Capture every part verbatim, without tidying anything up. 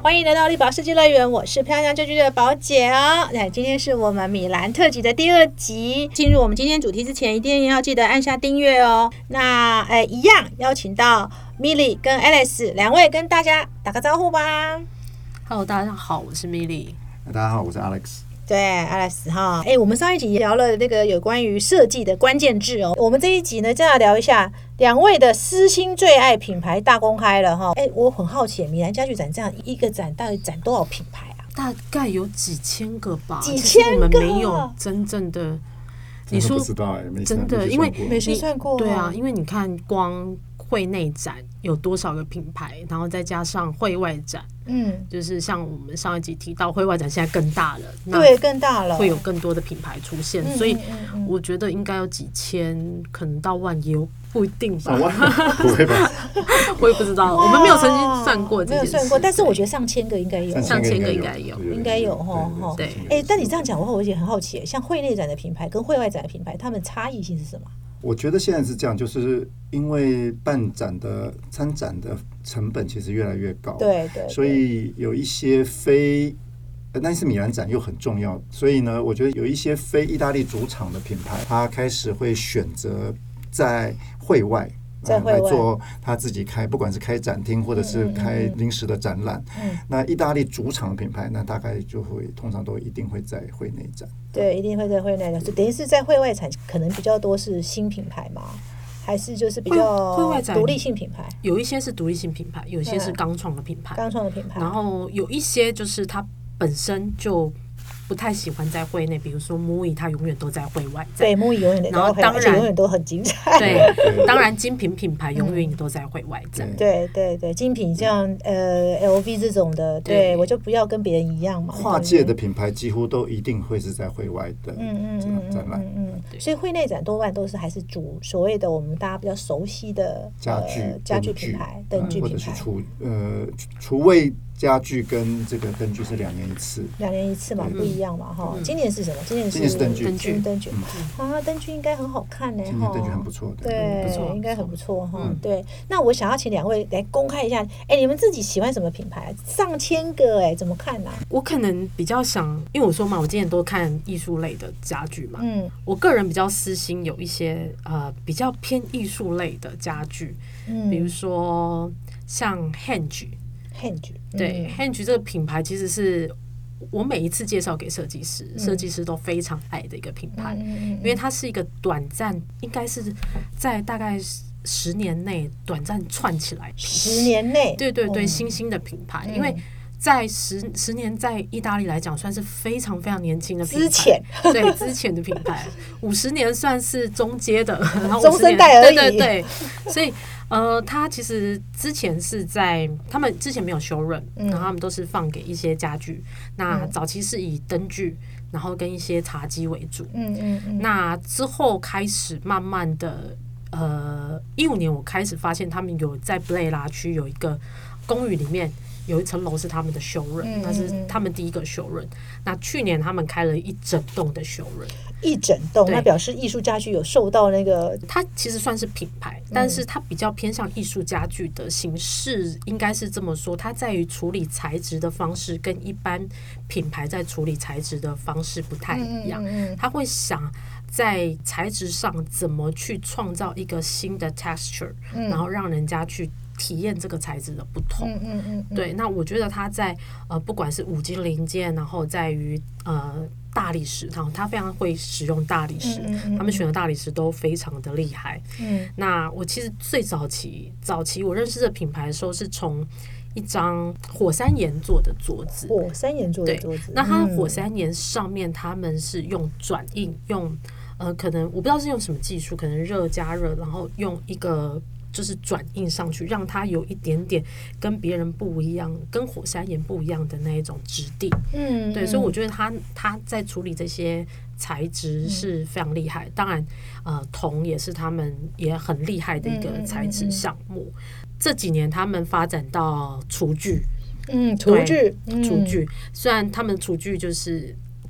欢迎来到丽宝世纪乐园，我是漂亮家居的宝姐哦。那今天是我们米兰特辑的第二集。进入我们今天主题之前，一定要记得按下订阅哦。那呃，一样邀请到 Milly 跟 Alex 两位跟大家打个招呼吧。 Hello， 大家好，我是 Milly。 大家好，我是 Alex。 对 Alex 哈，哎，我们上一集聊了那个有关于设计的关键字哦，我们这一集呢，就要聊一下两位的私心最爱品牌大公开了哈。哎，我很好奇，米兰家具展这样一个展到底展多少品牌啊？ 大概有几千个吧， 几千个， 其实我们没有真正的。 你说不知道哎、欸， 真的，因为没去算过。 对啊，因为你看光会内展有多少个品牌，然后再加上会外展，嗯，就是像我们上一集提到，会外展现在更大了， 对，更大了， 会有更多的品牌出现，嗯、所以我觉得应该有几千，可能到万也有。不一定吧？ 不会吧？ 我也不知道，我们没有曾经算过这件事， 没有算过。但是我觉得上千个应该有， 上千个应该有， 应该有哈哈。对，哎，但你这样讲的话，我也很好奇，像会内展的品牌跟会外展的品牌，它们差异性是什么？ 我觉得现在是这样，就是因为办展的参展的成本其实越来越高， 对 对, 對， 所以有一些非。但是米兰展又很重要，所以呢，我觉得有一些非意大利主场的品牌，它开始会选择在会外， 在会外、 呃、来做他自己开，不管是开展厅或者是开临时的展览。嗯嗯嗯、那意大利主场的品牌，那大概就会通常都一定会在会内展。 对，一定会在会内展，就等于是在会外展，可能比较多是新品牌嘛。还是就是比较独立性品牌， 有一些是独立性品牌，有一些是刚创的品牌， 刚创的品牌， 然后有一些就是它本身就不太喜欢在会内，比如说 M U I 它永远都在会外展， 对 M U I 永远， 然后当然永远都很精彩， 对，当然精品品牌永远也都在会外展， 嗯、对对对，精品像呃 L V 这种的，对, 对我就不要跟别人一样嘛。 跨界的品牌几乎都一定会是在会外的展览， 嗯嗯嗯，所以会内展多半都是还是主所谓的我们大家比较熟悉的家具、 呃、家具品牌、灯具品牌， 或者是厨呃厨卫家具跟这个灯具是两年一次， 两年一次嘛，不一样嘛哈。今年是什么？今年是今年是灯具， 灯具， 灯具啊，灯具应该很好看呢。 今年灯具很不错， 对，不错，应该很不错哈。对，那我想要请两位来公开一下，哎，你们自己喜欢什么品牌？上千个哎，怎么看呢？ 我可能比较想，因为我说嘛，我今年都看艺术类的家具嘛，嗯，我个人比较私心有一些呃比较偏艺术类的家具，嗯，比如说像 Henge。Henge 对、嗯、Henge 这个品牌其实是我每一次介绍给设计师，设计师都非常爱的一个品牌，嗯、因为它是一个短暂，应该是在大概十年内短暂串起来， 十年内， 对对对，嗯、新兴的品牌，嗯、因为在十十年在意大利来讲算是非常非常年轻的品牌， 之前对之前的品牌，五十年算是中阶的，然后中生代而已， 对对对，所以。呃，他其实之前是在他们之前没有showroom，嗯、然后他们都是放给一些家具。那早期是以灯具，然后跟一些茶几为主。嗯嗯嗯。那之后开始慢慢的，呃，一五年我开始发现他们有在布雷拉区有一个公寓里面。有一层楼是他们的showroom，嗯、那是他们第一个showroom。那去年他们开了一整栋的showroom， 一整栋，那表示艺术家具有受到那个。 它其实算是品牌，但是它比较偏向艺术家具的形式，应该是这么说。它在于处理材质的方式跟一般品牌在处理材质的方式不太一样。它会想在材质上怎么去创造一个新的 texture，嗯、然后让人家去。体验这个材质的不同，嗯嗯嗯，对，那我觉得它在呃，不管是五金零件，然后在于呃大理石，然后它非常会使用大理石，嗯嗯嗯他们选的大理石都非常的厉害。嗯，那我其实最早期早期我认识这品牌的时候，是从一张火山岩做的桌子， 火山岩做的桌子， 那它火山岩上面他们是用转印，用呃可能我不知道是用什么技术，可能热加热，然后用一个。就是转印上去，让它有一点点跟别人不一样，跟火山岩不一样的那一种质地。嗯，对，所以我觉得他他在处理这些材质是非常厉害。嗯、当然，呃，铜也是他们也很厉害的一个材质项目。嗯嗯嗯、这几年他们发展到厨具， 嗯，厨具， 厨具，虽然他们厨具就是。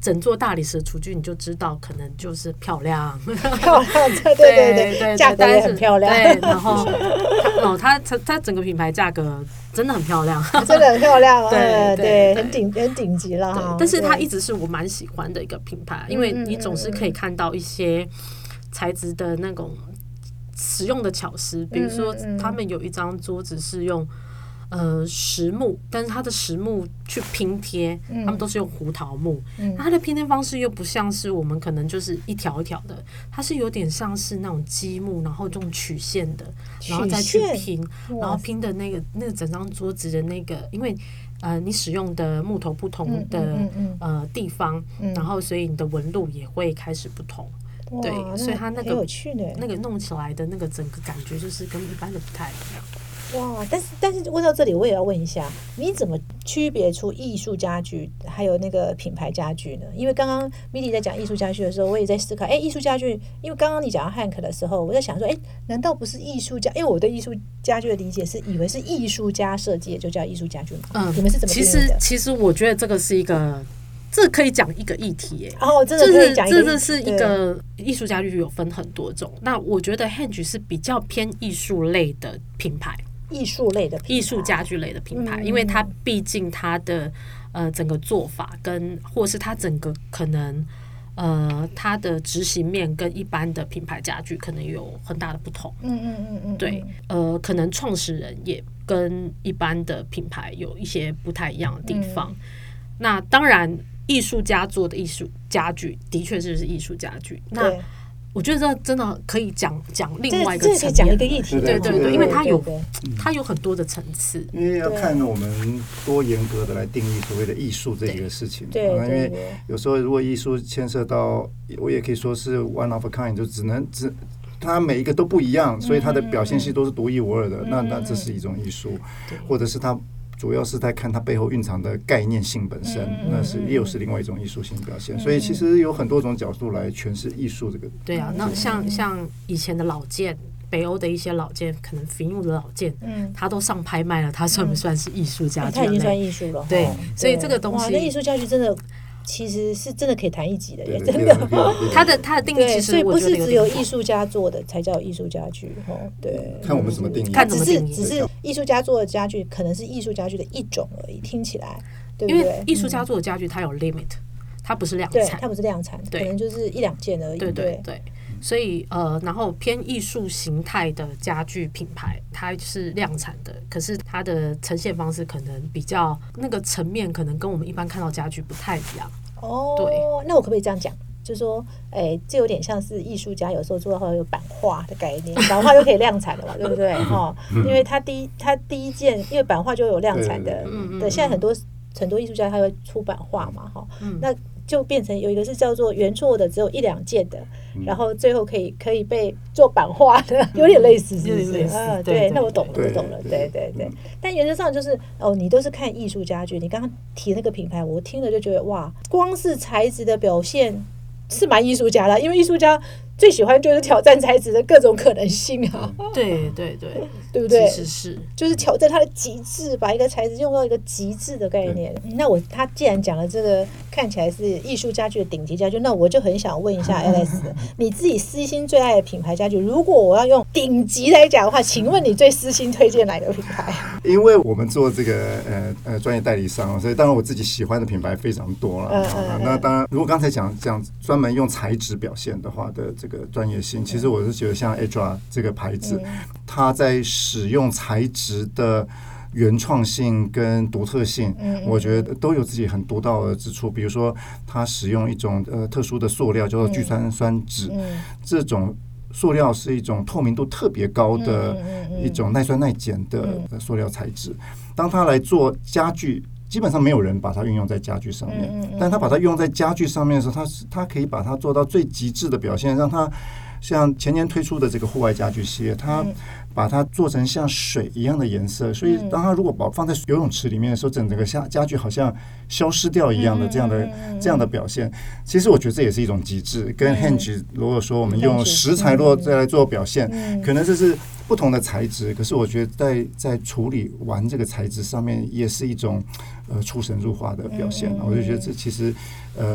整座大理石的厨具，你就知道可能就是漂亮， 漂亮，对对对对对，价格也很漂亮。 对，然后哦，它它它整个品牌价格真的很漂亮， 真的很漂亮， 对对，很顶很顶级了哈。 但是它一直是我蛮喜欢的一个品牌，因为你总是可以看到一些材质的那种使用的巧思，比如说他们有一张桌子是用。呃，实木，但是它的实木去拼贴，嗯、他们都是用胡桃木。嗯、它的拼贴方式又不像是我们可能就是一条一条的，它是有点像是那种积木，然后这种曲线的，然后再去拼，然后拼的那个那个整张桌子的那个，因为呃你使用的木头不同的、嗯嗯嗯、呃地方，嗯、然后所以你的纹路也会开始不同。对，所以它那个那个弄起来的那个整个感觉就是跟一般的不太一样。 哇，但是但是问到这里，我也要问一下，你怎么区别出艺术家具还有那个品牌家具呢？因为刚刚米莉在讲艺术家具的时候，我也在思考，哎，艺术家具，因为刚刚你讲到 Hank 的时候，我在想说，哎，难道不是艺术家？因为我对艺术家具的理解是以为是艺术家设计，就叫艺术家具嘛。嗯，你们是怎么定义的？ 其实其实我觉得这个是一个。这可以讲一个议题耶， 哦，真的可以讲一个议题。 这是一个艺术家具有分很多种，那我觉得 Henge 是比较偏艺术类的品牌， 艺术类的品牌艺术家具类的品牌，嗯、因为它毕竟它的呃整个做法跟或是它整个可能呃它的执行面跟一般的品牌家具可能有很大的不同。嗯嗯嗯嗯，对，呃，可能创始人也跟一般的品牌有一些不太一样的地方。嗯、那当然。艺术家做的艺术家具的确是艺术家具，那我觉得这真的可以讲讲另外一个层面， 讲一个议题， 对对对，因为它有它有很多的层次， 因为要看我们多严格的来定义所谓的艺术这个事情， 对，因为有时候如果艺术牵涉到，我也可以说是 one of a kind， 就只能只它每一个都不一样，所以它的表现性都是独一无二的，那那这是一种艺术，或者是它。主要是在看它背后蕴藏的概念性本身，嗯、那是也有是另外一种艺术性表现。嗯、所以其实有很多种角度来诠释艺术这个。 对啊，那像像以前的老件，北欧的一些老件，可能菲木的老件，嗯，它都上拍卖了，它算不算是艺术家具？ 它已经算艺术了。 对，所以这个东西， 那艺术家具真的。其实是真的可以谈一集的，也真的。 它的它的定义其实所以不是只有艺术家做的才叫艺术家具，对。 看我们怎么定义， 看怎么定义。 只是只是艺术家做的家具可能是艺术家具的一种而已，听起来，对不对？ 因为艺术家做的家具它有 limit， 它不是量产， 它不是量产，可能就是一两件而已。 对对对。所以呃，然后偏艺术形态的家具品牌，它是量产的，可是它的呈现方式可能比较那个层面，可能跟我们一般看到家具不太一样。 哦，对，那我可不可以这样讲？就是说，哎，这有点像是艺术家有时候做到会有版画的概念，版画就可以量产了嘛，对不对？哈、嗯，因为他第一他第一件，因为版画就有量产的，对，对现在很多很多艺术家他会出版画嘛，哈、嗯，那。就变成有一个是叫做原作的只有一两件的，嗯、然后最后可以可以被做版画的，有点类似，是不是？啊，对，对那我懂了，我懂了，对对对。但原则上就是哦，你都是看艺术家具，你刚刚提那个品牌，我听了就觉得哇，光是材质的表现是蛮艺术家的，因为艺术家最喜欢就是挑战材质的各种可能性啊。 嗯、对对对， 对不对？ 其实是就是挑战它的极致，把一个材质用到一个极致的概念。那我他既然讲了这个看起来是艺术家具的顶级家具，那我就很想问一下 Alex， 你自己私心最爱的品牌家具，如果我要用顶级来讲的话，请问你最私心推荐哪个品牌？ 因为我们做这个呃呃专业代理商，所以当然我自己喜欢的品牌非常多了。嗯嗯嗯那当然，如果刚才讲讲专门用材质表现的话的这个专业性，其实我是觉得像 Edra 这个牌子，嗯、它在使用材质的原创性跟独特性，嗯、我觉得都有自己很独到的之处。比如说，它使用一种呃特殊的塑料，叫做聚酸酸酯，嗯、这种塑料是一种透明度特别高的一种耐酸耐碱的塑料材质。当它来做家具，基本上没有人把它运用在家具上面，但它把它用在家具上面的时候，它它可以把它做到最极致的表现，让它像前年推出的这个户外家具系列，它把它做成像水一样的颜色，所以当它如果把放在游泳池里面的时候，整个家家具好像消失掉一样的这样的这样的表现。其实我觉得这也是一种极致。跟 Henge 如果说我们用石材落再来做表现，可能这是不同的材质，可是我觉得在在处理完这个材质上面，也是一种呃出神入化的表现。我就觉得这其实呃。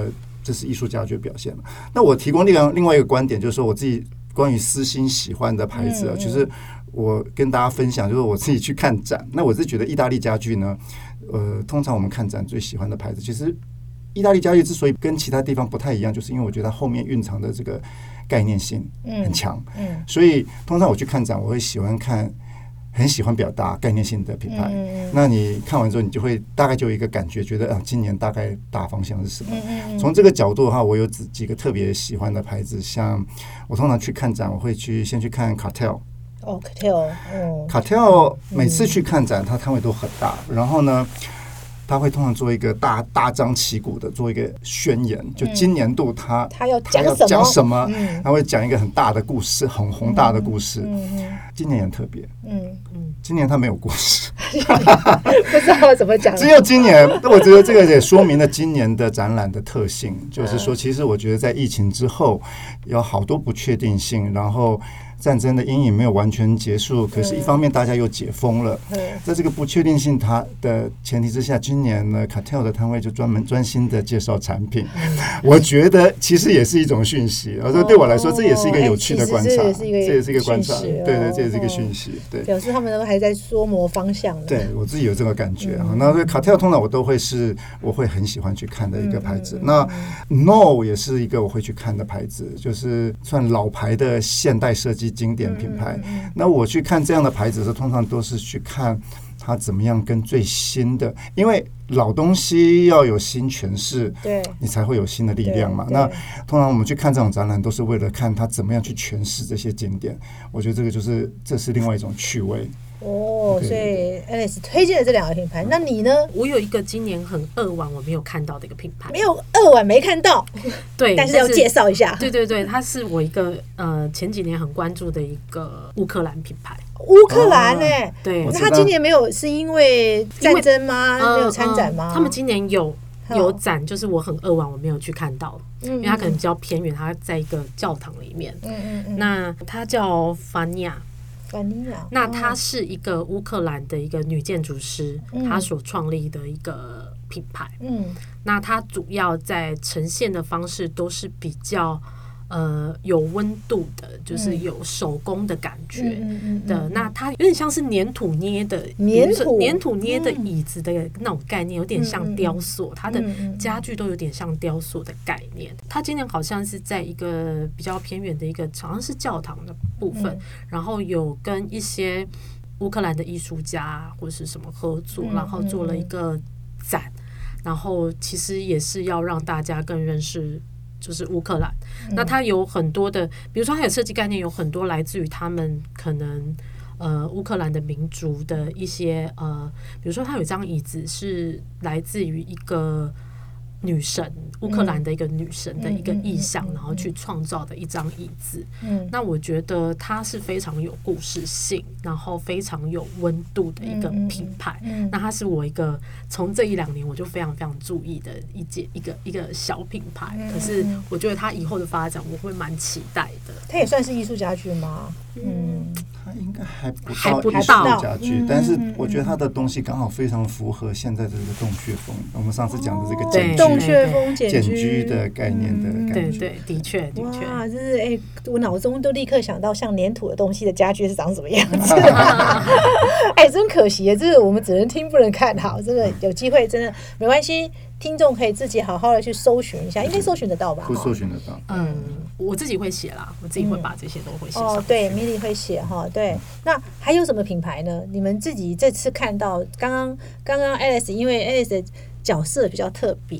这是艺术家具的表现了。那我提供另外另外一个观点，就是说我自己关于私心喜欢的牌子啊，嗯嗯，就是我跟大家分享，就是我自己去看展，那我是觉得意大利家具呢，呃，通常我们看展最喜欢的牌子，其实意大利家具之所以跟其他地方不太一样，就是因为我觉得它后面蕴藏的这个概念性很强，嗯嗯，所以通常我去看展，我会喜欢看。很喜欢表达概念性的品牌，嗯、那你看完之后，你就会大概就有一个感觉，觉得啊，今年大概大方向是什么？从、嗯、这个角度的话，我有几个特别喜欢的牌子，像我通常去看展，我会去先去看 Cartel。 哦 ，Cartel， 哦 ，Cartel 每次去看展，它摊位都很大，然后呢，他会通常做一个大大张旗鼓的做一个宣言，就今年度他、 嗯、他要讲什么，嗯、他会讲一个很大的故事，很宏大的故事。嗯嗯、今年很特别，嗯嗯，今年他没有故事， 不知道怎么讲。 只有今年，我觉得这个也说明了今年的展览的特性，就是说，其实我觉得在疫情之后有好多不确定性，然后。战争的阴影没有完全结束，可是一方面大家又解封了，在这个不确定性它的前提之下，今年呢 Cartel 的摊位就专门专心的介绍产品，我觉得其实也是一种讯息，而且对我来说这也是一个有趣的观察，这也是一个观察，对对，这也是一个讯息，对， 表示他们都还在琢磨方向。 对我自己有这个感觉啊。那 Cartel 通常我都会是我会很喜欢去看的一个牌子，那 No 也是一个我会去看的牌子，就是算老牌的现代设计经典品牌，那我去看这样的牌子的时候，通常都是去看它怎么样跟最新的，因为老东西要有新诠释，对，你才会有新的力量嘛。那通常我们去看这种展览，都是为了看它怎么样去诠释这些经典。我觉得这个就是这是另外一种趣味。 哦，所以 Alice 推荐了这两个品牌，那你呢？ 我有一个今年很扼腕我没有看到的一个品牌， 没有扼腕没看到， 对， 但是要介绍一下。 对对对，它是我一个呃前几年很关注的一个乌克兰品牌。 乌克兰哎、欸哦，对，那他今年没有是因为战争吗？没有参展吗、呃呃？ 他们今年有有展，就是我很扼腕我没有去看到，嗯、因为它可能比较偏远，它在一个教堂里面。嗯嗯嗯。那它叫凡尼亚。那她是一个乌克兰的一个女建筑师，她、嗯、所创立的一个品牌。嗯，那她主要在呈现的方式都是比较呃有温度的，就是有手工的感觉的。嗯嗯嗯、那它有点像是粘土捏的粘土粘土捏的椅子的那种概念，有点像雕塑，它的家具都有点像雕塑的概念。它今年好像是在一个比较偏远的一个，好像是教堂的部分，嗯、然后有跟一些乌克兰的艺术家或是什么合作，嗯、然后做了一个展，然后其实也是要让大家更认识。就是乌克兰，嗯、那它有很多的，比如说它有设计概念，有很多来自于他们可能呃乌克兰的民族的一些呃，比如说它有一张椅子是来自于一个女神，乌克兰的一个女神的一个意象，嗯、然后去创造的一张椅子。嗯，那我觉得它是非常有故事性，然后非常有温度的一个品牌。嗯嗯、那它是我一个从这一两年我就非常非常注意的一件一个一个小品牌。嗯、可是我觉得它以后的发展我会蛮期待的。 它也算是艺术家具吗？嗯。 它应该还不到艺术家具，但是我觉得它的东西刚好非常符合现在的这个洞穴风。我们上次讲的这个简居洞穴风简居的概念的感觉， 对对，的确的确。 哇，就是哎，我脑中都立刻想到像粘土的东西的家具是长什么样子。哎，真可惜，这个我们只能听不能看。好，真的有机会，真的没关系。听众可以自己好好的去搜寻一下，应该搜寻得到吧？ 会搜寻得到。 嗯，我自己会写啦，我自己会把这些都会写上去。 哦，对 ，Milly 会写哈。对，那还有什么品牌呢？你们自己这次看到，刚刚刚刚 Alice， 因为 Alice 的角色比较特别，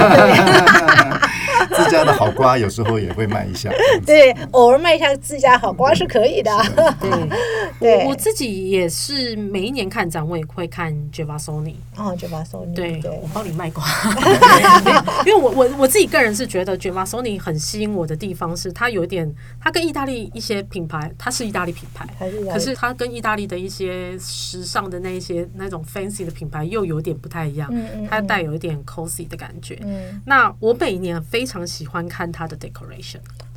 自家的好瓜有时候也会卖一下。 对，偶尔卖一下自家好瓜是可以的。 对，对，我自己也是每一年看展，我也会看 Gervasoni。 哦 ，Gervasoni， 对，我帮你卖瓜。因为我我我自己个人是觉得 Gervasoni 很吸引我的地方是，它有点，它跟意大利一些品牌，它是意大利品牌，可是它跟意大利的一些时尚的那一些那种 fancy 的品牌又有点不太一样，嗯嗯嗯它带有一点 cozy 的感觉。嗯、那我每年非常喜欢看它的 decoration。 哦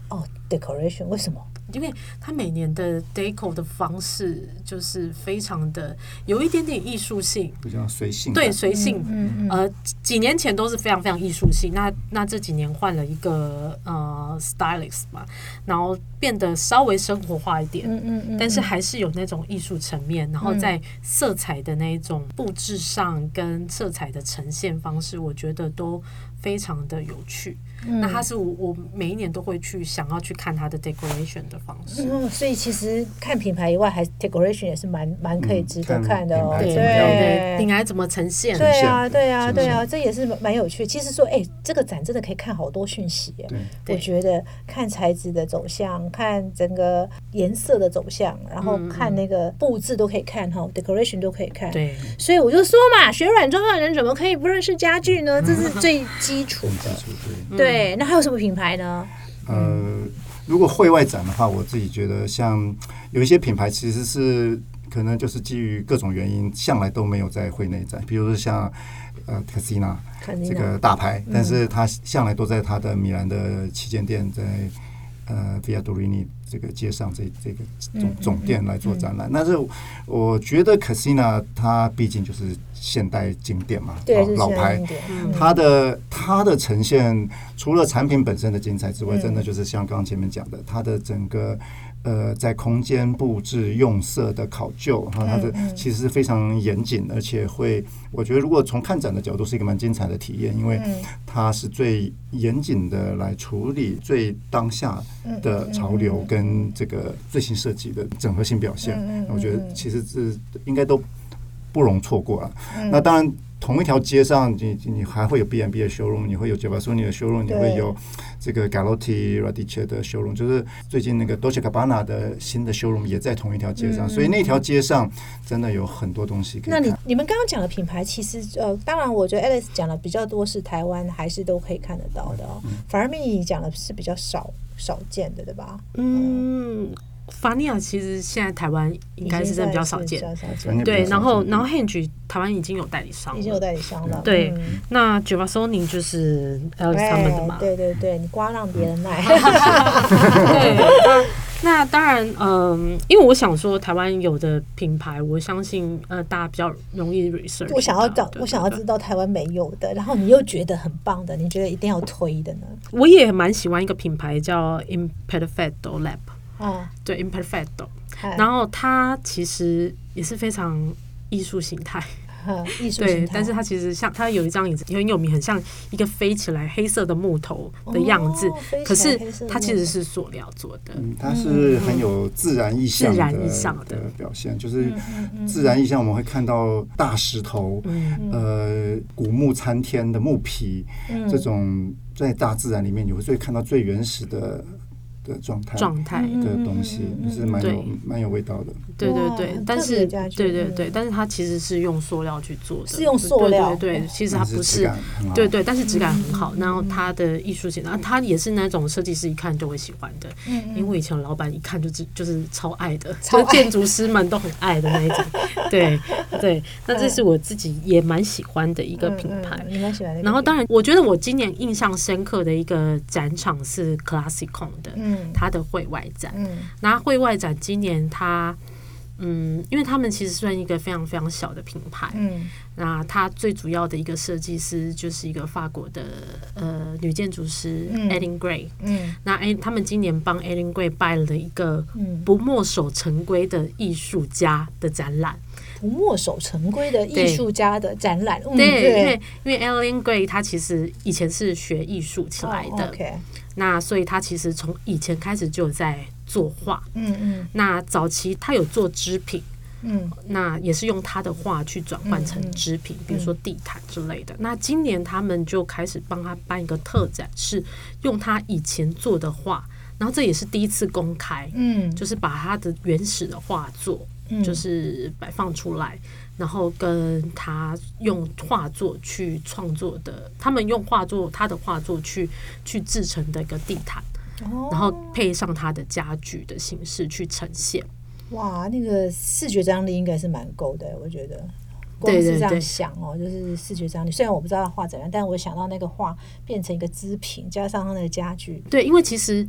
decoration， 为什么？ 因为他每年的 deco 的方式就是非常的有一点点艺术性， 比较随性， 对，随性。 嗯嗯呃，几年前都是非常非常艺术性，那那这几年换了一个呃 stylist 嘛，然后变得稍微生活化一点， 嗯嗯嗯， 但是还是有那种艺术层面，然后在色彩的那一种布置上跟色彩的呈现方式，我觉得都非常的有趣。嗯、那它是我我每一年都会去想要去看它的 decoration 的方式。 嗯，所以其实看品牌以外，还 decoration 也是蛮蛮可以值得看的哦。 对对对，品牌怎么呈现？ 对啊对啊对啊，这也是蛮有趣。其实说，哎、欸，这个展真的可以看好多讯息耶。我觉得看材质的走向，看整个颜色的走向，然后看那个布置都可以看哈、嗯、，decoration 都可以看。 对， 所以我就说嘛，学软装的人怎么可以不认识家具呢？这是最基础的。 对。 对对，那还有什么品牌呢？ 呃，如果会外展的话，我自己觉得像有一些品牌其实是可能就是基于各种原因，向来都没有在会内展，比如说像呃 Casina 这个大牌，但是它向来都在它的米兰的旗舰店，在呃 Via Durini 这个街上这这个总总店来做展览。但是我觉得 Casina 它毕竟就是现代经典嘛， 对， 老牌，它的它的呈现除了产品本身的精彩之外，真的就是像刚刚前面讲的，它的整个呃在空间布置用色的考究，它的其实是非常严谨，而且会我觉得如果从看展的角度是一个蛮精彩的体验，因为它是最严谨的来处理最当下的潮流跟这个最新设计的整合性表现，我觉得其实是应该都不容错过了。嗯、那当然，同一条街上你，你你还会有 B and B 的 showroom， 你会有 Giovanni 的 showroom， 你会有这个 Galotti Radice 的 showroom， 就是最近那个 Dolce Gabbana 的新的 showroom 也在同一条街上，嗯、所以那条街上真的有很多东西可以看。 那你你们刚刚讲的品牌，其实呃，当然我觉得 Alice 讲的比较多是台湾还是都可以看得到的哦，嗯、反而 Mini 讲的是比较少少见的，对吧？ 嗯。法尼亚其实现在台湾应该是真的比较少见， 对， 然后然后 Henge 台湾已经有代理商了， 已经有代理商了， 对。嗯、那 Giovanni 就是 Alice 他们的嘛， 对对对，你瓜让别人卖， 对。那, 那当然，嗯，因为我想说，台湾有的品牌，我相信呃大家比较容易 research。 我想要找，我想要知道台湾没有的，然后你又觉得很棒的，你觉得一定要推的呢？ 我也蛮喜欢一个品牌叫 Imperfetto Lab。 啊， 对 ，Imperfetto， 然后它其实也是非常艺术形态， 艺术形态， 对，但是它其实像它有一张椅子很有名，很像一个飞起来黑色的木头的样子，哦、可是它其实是塑料做的， 嗯、它是很有自然意象的， 自然意象的表现，就是自然意象我们会看到大石头，嗯、呃，古木参天的木皮，嗯、这种在大自然里面你会最看到最原始的。的状态状态的东西，就是蛮有蛮有味道的。 对对对，但是对对对，但是它其实是用塑料去做的， 是用塑料。 对对，其实它不是，对对，但是质感很好。然后它的艺术性，然后它也是那种设计师一看就会喜欢的。嗯，因为以前老板一看就是就是超爱的，就建筑师们都很爱的那一种。对对，那这是我自己也蛮喜欢的一个品牌。 你蛮喜欢的。 然后当然，我觉得我今年印象深刻的一个展场是 Classicon 的。嗯。它的会外展，嗯，那会外展今年它，嗯，因为他们其实算一个非常非常小的品牌，嗯，那它最主要的一个设计师就是一个法国的呃女建筑师 Ellen Gray， 嗯，那哎，他们今年帮 Ellen Gray 办了一个不墨守成规的艺术家的展览。 不墨守成规的艺术家的展览， 对，嗯、对因为因为 Ellen Gray 他其实以前是学艺术起来的，哦 okay、那所以他其实从以前开始就有在作画，嗯嗯，那早期他有做织品，嗯，那也是用他的画去转换成织品，嗯嗯、比如说地毯之类的。那今年他们就开始帮他办一个特展，是用他以前做的画，然后这也是第一次公开，嗯，就是把他的原始的画作。就是摆放出来，然后跟他用画作去创作的，他们用画作他的画作去去制成的一个地毯，哦、然后配上他的家具的形式去呈现。 哇，那个视觉张力应该是蛮够的，我觉得。光是这样想哦，对对对，就是视觉张力。虽然我不知道他画怎样，但我想到那个画变成一个织品，加上他的家具。 对，因为其实。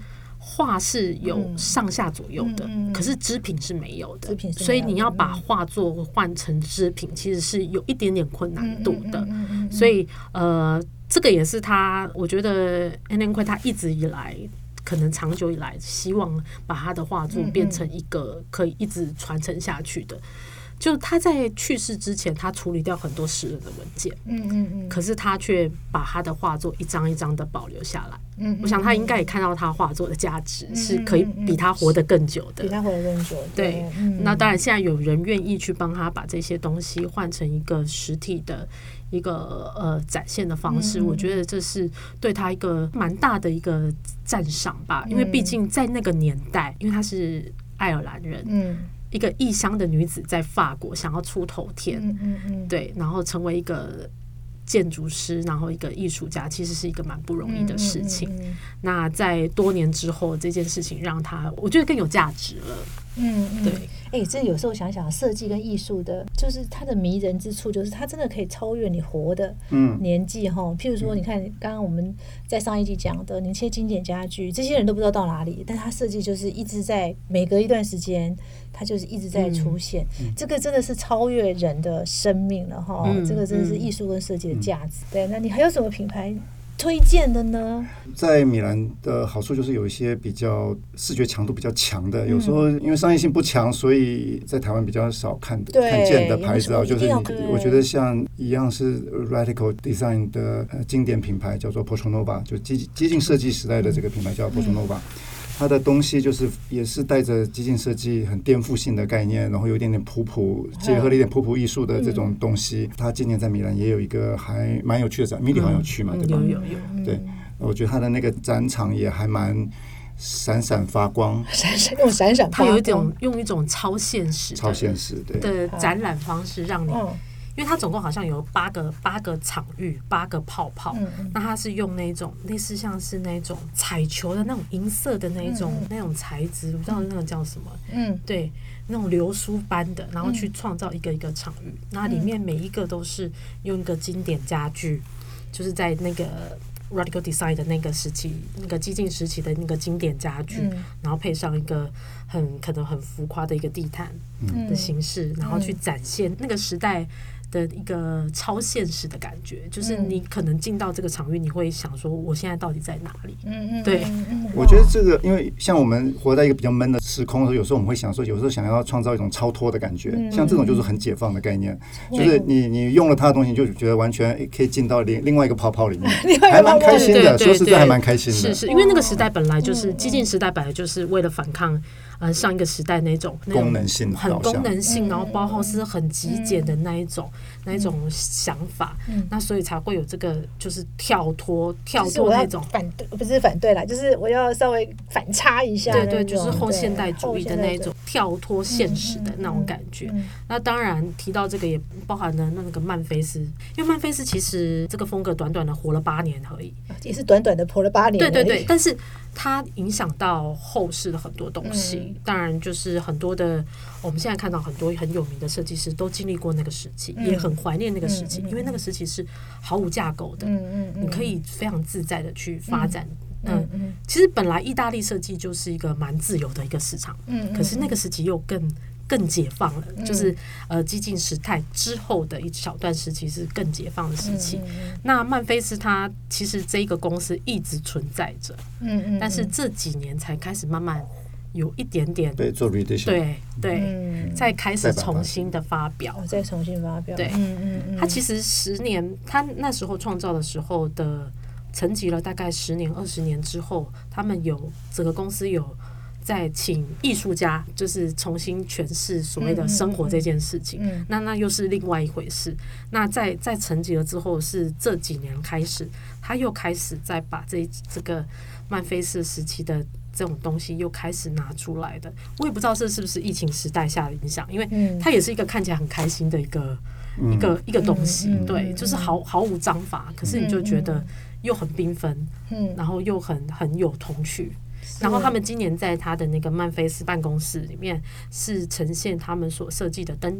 画是有上下左右的，嗯嗯嗯、可是织品是没有的， 有的所以你要把画作换成织品，其实是有一点点困难度的。嗯嗯嗯嗯、所以呃，这个也是他，我觉得安田圭他一直以来。可能长久以来希望把他的画作变成一个可以一直传承下去的。就他在去世之前，他处理掉很多私人的文件，嗯嗯嗯，可是他却把他的画作一张一张的保留下来。嗯，我想他应该也看到他画作的价值是可以比他活得更久的， 比他活得更久。 对，那当然现在有人愿意去帮他把这些东西换成一个实体的。一个呃展现的方式，嗯、我觉得这是对他一个蛮大的一个赞赏吧，因为毕竟在那个年代，因为他是爱尔兰人，嗯、一个异乡的女子在法国想要出头天，嗯嗯嗯、对，然后成为一个建筑师，然后一个艺术家，其实是一个蛮不容易的事情。嗯嗯嗯、那在多年之后，这件事情让他我觉得更有价值了。嗯，嗯对。 哎、欸，真的有时候想想，设计跟艺术的，就是它的迷人之处，就是它真的可以超越你活的年纪哈。嗯、譬如说，你看刚刚我们在上一集讲的那些经典家具，这些人都不知道到哪里，但他设计就是一直在每隔一段时间，它就是一直在出现。嗯、这个真的是超越人的生命了哈。嗯、这个真的是艺术跟设计的价值。嗯、对，那你还有什么品牌推荐的呢？ 在米兰的好处就是有一些比较视觉强度比较强的，有时候因为商业性不强，所以在台湾比较少看看见的牌子啊，就是我觉得像一样是 Radical Design 的、呃、经典品牌叫做 Portronova， 就激激进设计时代的这个品牌叫 Portronova。嗯它的东西就是也是带着激进设计很颠覆性的概念，然后有一点点普普，结合了一点普普艺术的这种东西。它今年在米兰也有一个还蛮有趣的展，米里好像有去嘛，对吧？ 有有有。 对，我觉得它的那个展场也还蛮闪闪发光， 闪闪用闪闪发光， 它有一种用一种超现实超现实对的展览方式，让你。因为它总共好像有八个八个场域，八个泡泡。嗯嗯、那它是用那种类似像是那种彩球的那种银色的那一种、嗯、那种材质，我不知道那个叫什么。嗯，对，那种流苏般的，然后去创造一个一个场域。那、嗯、里面每一个都是用一个经典家具，就是在那个 Radical Design 的那个时期，那个激进时期的那个经典家具，嗯、然后配上一个很可能很浮夸的一个地毯的形式，嗯、然后去展现那个时代。的一个超现实的感觉，就是你可能进到这个场域，你会想说，我现在到底在哪里？嗯嗯，对。 我觉得这个，因为像我们活在一个比较闷的时空的时候，有时候我们会想说，有时候想要创造一种超脱的感觉，嗯、像这种就是很解放的概念，嗯、就是你你用了它的东西，你就觉得完全可以进到另另外一个泡泡里面，还蛮开心的。说实在，还蛮开心的。 是是，因为那个时代本来就是激进时代，本来就是为了反抗。呃，上一个时代那种功能性很功能性，嗯、然后包豪斯很极简的那一种、嗯、那一种想法，嗯、那所以才会有这个就是跳脱跳脱那种反对，不是反对啦，就是我要稍微反差一下， 对对，就是后现代主义的那一种跳脱现实的那种感觉。嗯嗯嗯、那当然提到这个也包含了那个曼菲斯，因为曼菲斯其实这个风格短短的活了八年而已， 也是短短的活了八年， 对对对，但是它影响到后世的很多东西。嗯当然，就是很多的，我们现在看到很多很有名的设计师都经历过那个时期，嗯、也很怀念那个时期，嗯嗯、因为那个时期是毫无架构的，嗯嗯嗯、你可以非常自在的去发展。嗯，嗯嗯其实本来意大利设计就是一个蛮自由的一个市场，嗯嗯、可是那个时期又更更解放了，嗯、就是呃激进时代之后的一小段时期是更解放的时期。嗯嗯、那曼菲斯它其实这一个公司一直存在着，嗯嗯、但是这几年才开始慢慢。有一点点对做 revision， 对对，嗯、再开始重新的发表， 哦、再重新发表， 对，嗯嗯嗯，他其实十年，他那时候创造的时候的沉寂了大概十年二十年之后，他们有整个公司有在请艺术家，就是重新诠释所谓的生活这件事情，嗯嗯嗯、那那又是另外一回事。那在在沉寂了之后，是这几年开始，他又开始再把这这个曼菲斯时期的。这种东西又开始拿出来的，我也不知道这是不是疫情时代下的影响，因为它也是一个看起来很开心的一个、嗯、一个一个东西，嗯、对，就是毫毫无章法，可是你就觉得又很缤纷，嗯、然后又很很有童趣。然后他们今年在他的那个曼菲斯办公室里面是呈现他们所设计的灯具，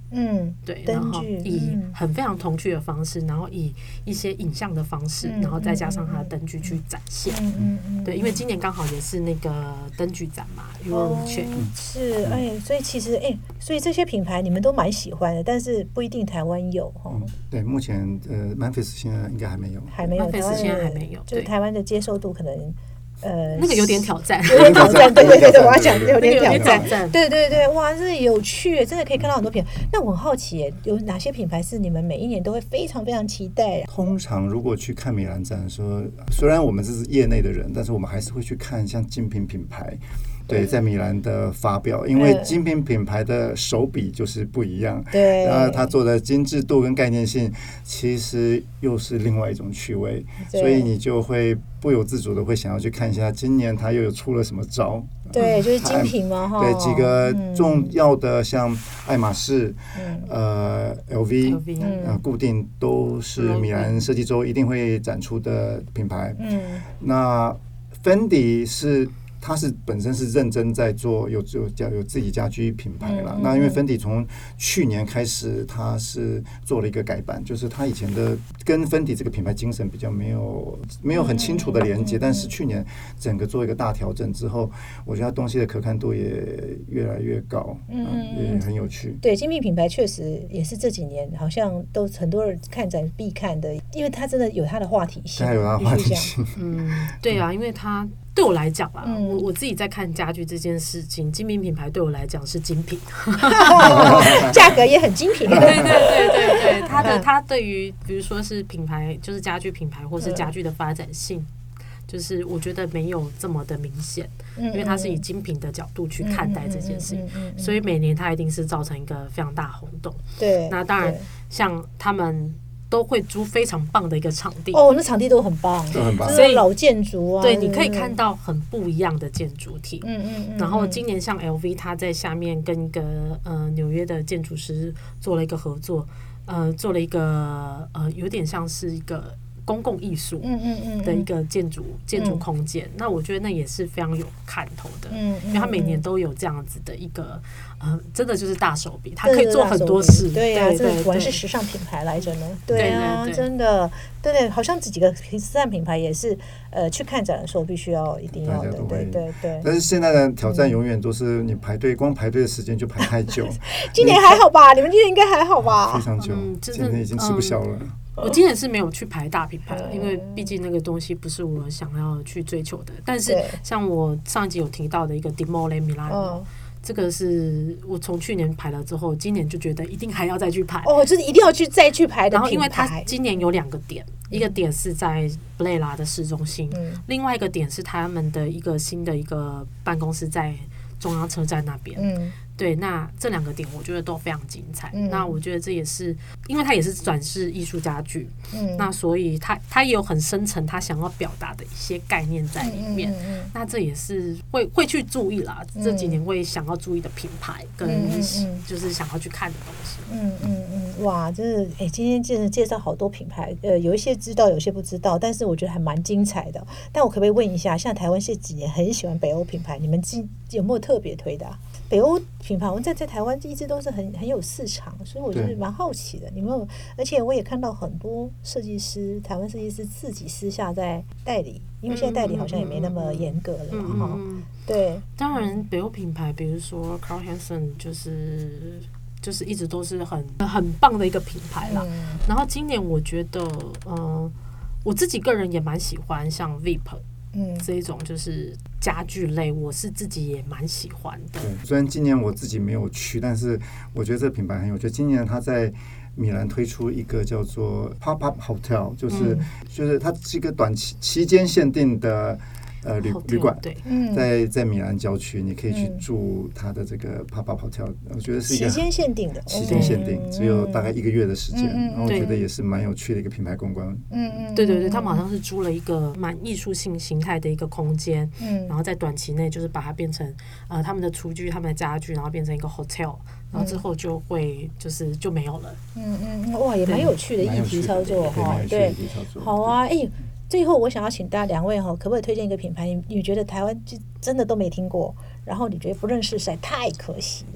嗯， 对，然后灯具以嗯很非常童趣的方式，然后以一些影像的方式， 嗯然后再加上它的灯具去展现。 嗯嗯嗯， 对，因为今年刚好也是那个灯具展嘛 ，Euro 圈。 哦、是，哎，所以其实哎，所以这些品牌你们都蛮喜欢的，但是不一定台湾有哈、哦嗯。对，目前呃 ，Memphis 现在应该还没有， 还没有，台湾现在还没有， 就是台湾的接受度可能。呃， 那个有点挑战， 有点挑战，对对对对，我要讲有点挑战， 战，对对对，哇，这有趣，真的可以看到很多品牌。那我很好奇，有哪些品牌是你们每一年都会非常非常期待？ 通常如果去看米兰展，说虽然我们这是业内的人，但是我们还是会去看像精品品牌。对，在米兰的发表，因为精品品牌的手笔就是不一样， 对， 然后它做的精致度跟概念性，其实又是另外一种趣味，所以你就会不由自主的会想要去看一下，今年它又有出了什么招？ 对，就是精品嘛，哈。 对，几个重要的像爱马仕、嗯、呃 L V、呃固定都是米兰设计周一定会展出的品牌。嗯，那 Fendi 是。他是本身是认真在做有有家有自己家居品牌啦、嗯、那因为Fendi从去年开始他是做了一个改版，就是他以前的跟Fendi这个品牌精神比较没有没有很清楚的连接、嗯、但是去年整个做一个大调整之后，我觉得他东西的可看度也越来越高，嗯、啊、也很有趣。 对，精品品牌确实也是这几年好像都很多人看展必看的，因为他真的有他的话题性， 他有他的话题性， 嗯，对啊，因为他对我来讲啦、嗯，我我自己在看家具这件事情，精品品牌对我来讲是精品， 价格也很精品。 对对对对对，它的它对于比如说是品牌，就是家具品牌或是家具的发展性，就是我觉得没有这么的明显，因为它是以精品的角度去看待这件事情，所以每年它一定是造成一个非常大轰动。 对， 那当然像他们。都会租非常棒的一个场地哦，那场地都很棒， 都很棒， 所以老建筑啊， 对，你可以看到很不一样的建筑体。 嗯嗯嗯。 然后今年像 L V， 它在下面跟一个呃纽约的建筑师做了一个合作，呃，做了一个呃有点像是一个公共艺术的一个建筑、嗯嗯嗯、建筑空间、嗯。那我觉得那也是非常有看头的，嗯嗯、因为它每年都有这样子的一个。呃，真的就是大手笔，它可以做很多事。 对呀、啊，这果然是时尚品牌来着呢。对啊，对对对真的，对对，好像这几个时尚品牌也是，呃，去看展的时候必须要一定要的，对对对。 但是现在的挑战永远都是你排队，光排队的时间就排太久。 今年还好吧？你们今年应该还好吧？ 非常久，嗯、今年已经吃不消了。嗯我今年是没有去排大品牌了，因为毕竟那个东西不是我想要去追求的。但是像我上一集有提到的一个 Dimole Milano。这个是我从去年排了之后，今年就觉得一定还要再去排哦，就是一定要去再去排的品牌。 然后因为它今年有两个点，一个点是在布雷拉的市中心、嗯，另外一个点是他们的一个新的一个办公室在中央车站那边。嗯，对，那这两个点我觉得都非常精彩。嗯、那我觉得这也是因为它也是展示艺术家具，嗯，那所以它它也有很深层他想要表达的一些概念在里面。嗯嗯嗯、那这也是会会去注意啦、嗯，这几年会想要注意的品牌跟就是想要去看的东西。 嗯嗯嗯，哇，真的，哎，今天真的介绍好多品牌，呃，有一些知道，有些不知道，但是我觉得还蛮精彩的。但我可不可以问一下，像台湾这几年很喜欢北欧品牌，你们有没有特别推的、啊？北欧品牌，我们在在台湾一直都是很很有市场，所以我就是蛮好奇的。你们有，而且我也看到很多设计师，台湾设计师自己私下在代理，因为现在代理好像也没那么严格了嘛，哈、嗯嗯。对， 当然北欧品牌，比如说 Carl Hansen， 就是就是一直都是很很棒的一个品牌啦。嗯、然后今年我觉得，呃，我自己个人也蛮喜欢像 V I P。嗯，这一种就是家具类，我是自己也蛮喜欢的。 对，虽然今年我自己没有去，但是我觉得这个品牌很有趣。今年它在米兰推出一个叫做 Pop Up Hotel， 就是、嗯、就是它是一个短期期间限定的。呃，旅旅馆， 对， 在在米兰郊区，你可以去住它的这个 pop-up hotel，我觉得是一个期间限定的， 期间限定，只有大概一个月的时间，然后我觉得也是蛮有趣的一个品牌公关。 嗯嗯，对对对，他们好像是租了一个蛮艺术性形态的一个空间，嗯，然后在短期内就是把它变成呃他们的厨具、他们的家具，然后变成一个 hotel， 然后之后就会就是就没有了。嗯嗯， 哇，也蛮有趣的议题操作哈，对，好啊，哎。最后，我想要请大家两位哈，可不可以推荐一个品牌？你你觉得台湾就真的都没听过，然后你觉得不认识，实在太可惜了。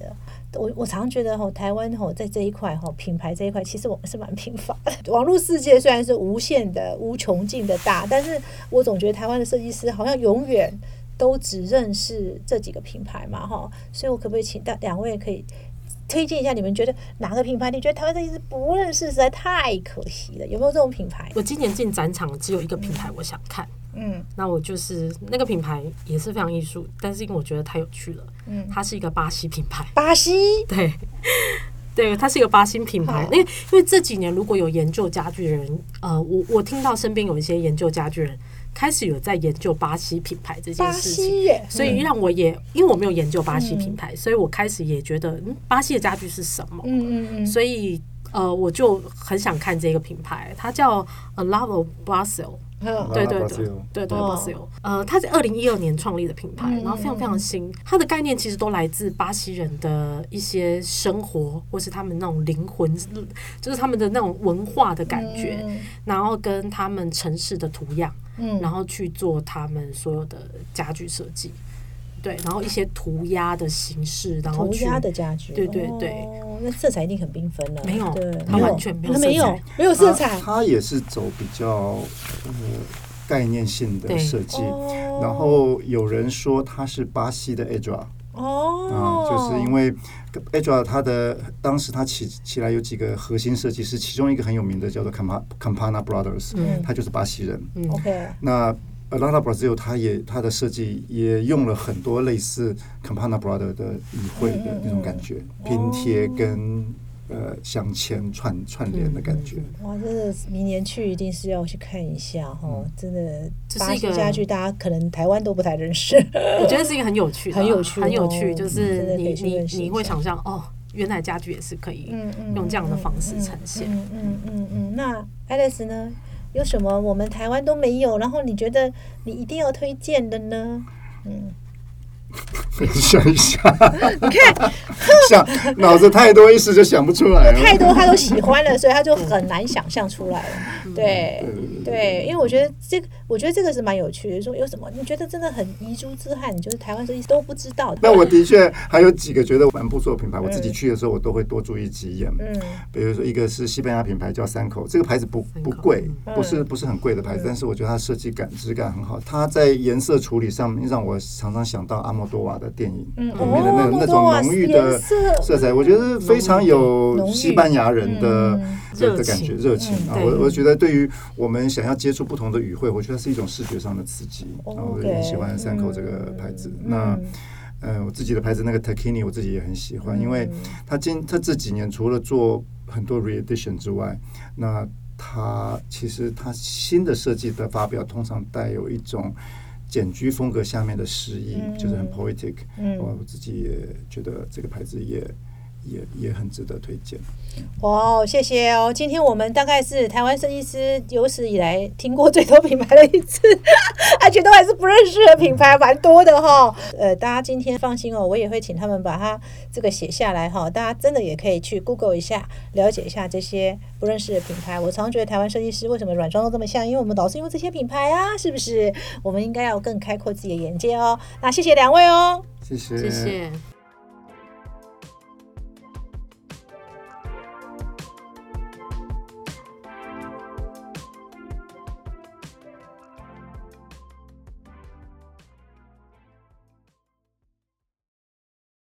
我我常觉得吼，台湾吼在这一块吼品牌这一块，其实我们是蛮贫乏的。网络世界虽然是无限的、无穷尽的大，但是我总觉得台湾的设计师好像永远都只认识这几个品牌嘛，哈。所以我可不可以请到两位可以推荐一下，你们觉得哪个品牌你觉得台湾设计师不认识，实在太可惜了？有没有这种品牌？ 我今年进展场只有一个品牌，我想看。 嗯， 那我就是那个品牌也是非常艺术，但是因为我觉得太有趣了，嗯，它是一个巴西品牌， 巴西， 对，对，它是一个巴西品牌。因为因为这几年如果有研究家具的人，呃，我我听到身边有一些研究家具人开始有在研究巴西品牌这件事情， 耶所以让我也因为我没有研究巴西品牌，嗯、所以我开始也觉得，嗯，巴西的家具是什么？嗯嗯嗯，所以呃，我就很想看这个品牌，它叫 A Love of Brazil。对对对对对 Brazil， 呃，它是二零一二年创立的品牌，然后非常非常新。它的概念其实都来自巴西人的一些生活，或是他们那种灵魂，就是他们的那种文化的感觉，然后跟他们城市的图样，然后去做他们所有的家具设计。对，然后一些涂鸦的形式，然后涂鸦的家具， 对对对， 哦，那色彩一定很缤纷了。 没有， 对， 它完全没有色彩， 没有没有色彩。 它也是走比较呃概念性的设计，然后有人说它是巴西的 Edra。哦、啊，就是因为 Edra 它的当时它起起来有几个核心设计师，其中一个很有名的叫做 Campana Brothers，嗯，他就是巴西人。嗯 OK， 那A Love of Brazil 它也它的设计也用了很多类似 Campana Brothers 的语汇的那种感觉，嗯嗯拼贴跟呃镶嵌串串联的感觉。 哇，真的明年去一定是要去看一下哈、哦！真的， 巴西家具大家可能台湾都不太认识。 我觉得是一个很有趣的， 很有趣， 很有趣，就是你你你你会想象哦，原来家具也是可以用这样的方式呈现。 嗯嗯嗯嗯。那 Alice 呢？有什么我们台湾都没有，然后你觉得你一定要推荐的呢？嗯， 想一下， 你看， 想脑子太多，一时就想不出来了。 太多他都喜欢了，所以他就很难想象出来了。对对，因为我觉得这个，我觉得这个是蛮有趣的。说有什么你觉得真的很遗珠之憾，你就是台湾设计师都不知道的。 那我的确还有几个觉得蛮不错的品牌，我自己去的时候我都会多注意几眼。嗯，比如说一个是西班牙品牌叫三口，这个牌子不不贵，不是不是很贵的牌子，但是我觉得它设计感质感很好。它在颜色处理上面让我常常想到阿莫多瓦的电影里面的那那种浓郁的色彩，我觉得非常有西班牙人的的的感觉热情啊。我我觉得对于我们想要接触不同的语汇，我觉得是一种视觉上的刺激。然后我很喜欢三口这个牌子。那呃，我自己的牌子那个 Tacchini 我自己也很喜欢，因为他今他这几年除了做很多 re-edition 之外，那他其实他新的设计的发表通常带有一种简居风格下面的诗意，嗯、就是很 poetic。嗯，我自己也觉得这个牌子也也也很值得推荐。 哇，谢谢哦！今天我们大概是台湾设计师有史以来听过最多品牌的一次，而且都还是不认识的品牌，蛮多的哈、哦。呃，大家今天放心哦，我也会请他们把它这个写下来哈、哦。大家真的也可以去 Google 一下，了解一下这些不认识的品牌。我常常觉得台湾设计师为什么软装都这么像，因为我们老是用这些品牌啊，是不是？我们应该要更开阔自己的眼界哦。那谢谢两位哦， 谢谢， 谢谢。